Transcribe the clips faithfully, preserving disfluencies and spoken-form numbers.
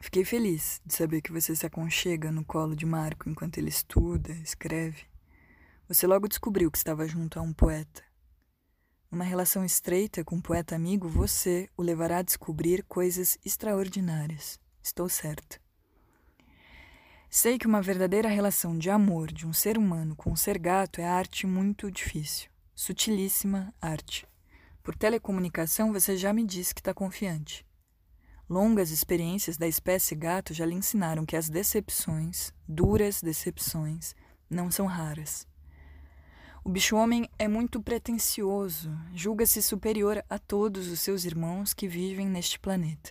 Fiquei feliz de saber que você se aconchega no colo de Marco enquanto ele estuda, escreve. Você logo descobriu que estava junto a um poeta. Numa relação estreita com um poeta amigo, você o levará a descobrir coisas extraordinárias. Estou certa. Sei que uma verdadeira relação de amor de um ser humano com um ser gato é arte muito difícil. Sutilíssima arte. Por telecomunicação, você já me disse que está confiante. Longas experiências da espécie gato já lhe ensinaram que as decepções, duras decepções, não são raras. O bicho-homem é muito pretensioso, julga-se superior a todos os seus irmãos que vivem neste planeta.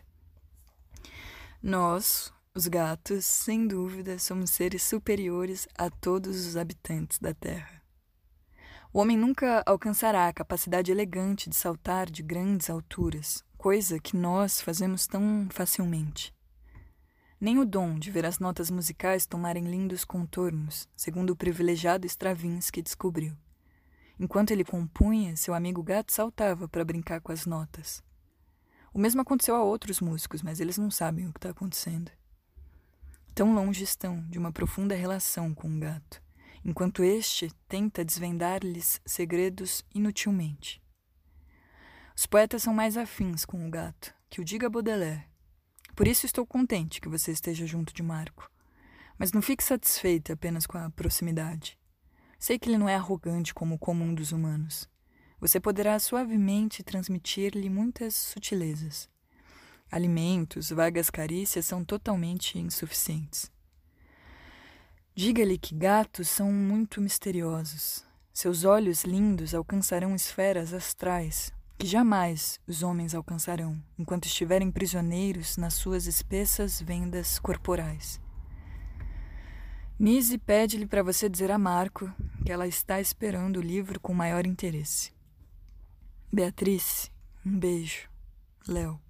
Nós, os gatos, sem dúvida, somos seres superiores a todos os habitantes da Terra. O homem nunca alcançará a capacidade elegante de saltar de grandes alturas, coisa que nós fazemos tão facilmente. Nem o dom de ver as notas musicais tomarem lindos contornos, segundo o privilegiado Stravinsky descobriu. Enquanto ele compunha, seu amigo gato saltava para brincar com as notas. O mesmo aconteceu a outros músicos, mas eles não sabem o que está acontecendo. Tão longe estão de uma profunda relação com o gato, enquanto este tenta desvendar-lhes segredos inutilmente. Os poetas são mais afins com o gato, que o diga Baudelaire. Por isso estou contente que você esteja junto de Marco. Mas não fique satisfeita apenas com a proximidade. Sei que ele não é arrogante como o comum dos humanos. Você poderá suavemente transmitir-lhe muitas sutilezas. Alimentos, vagas carícias são totalmente insuficientes. Diga-lhe que gatos são muito misteriosos. Seus olhos lindos alcançarão esferas astrais, que jamais os homens alcançarão, enquanto estiverem prisioneiros nas suas espessas vendas corporais. Nise pede-lhe para você dizer a Marco que ela está esperando o livro com maior interesse. Beatrice, um beijo. Léo.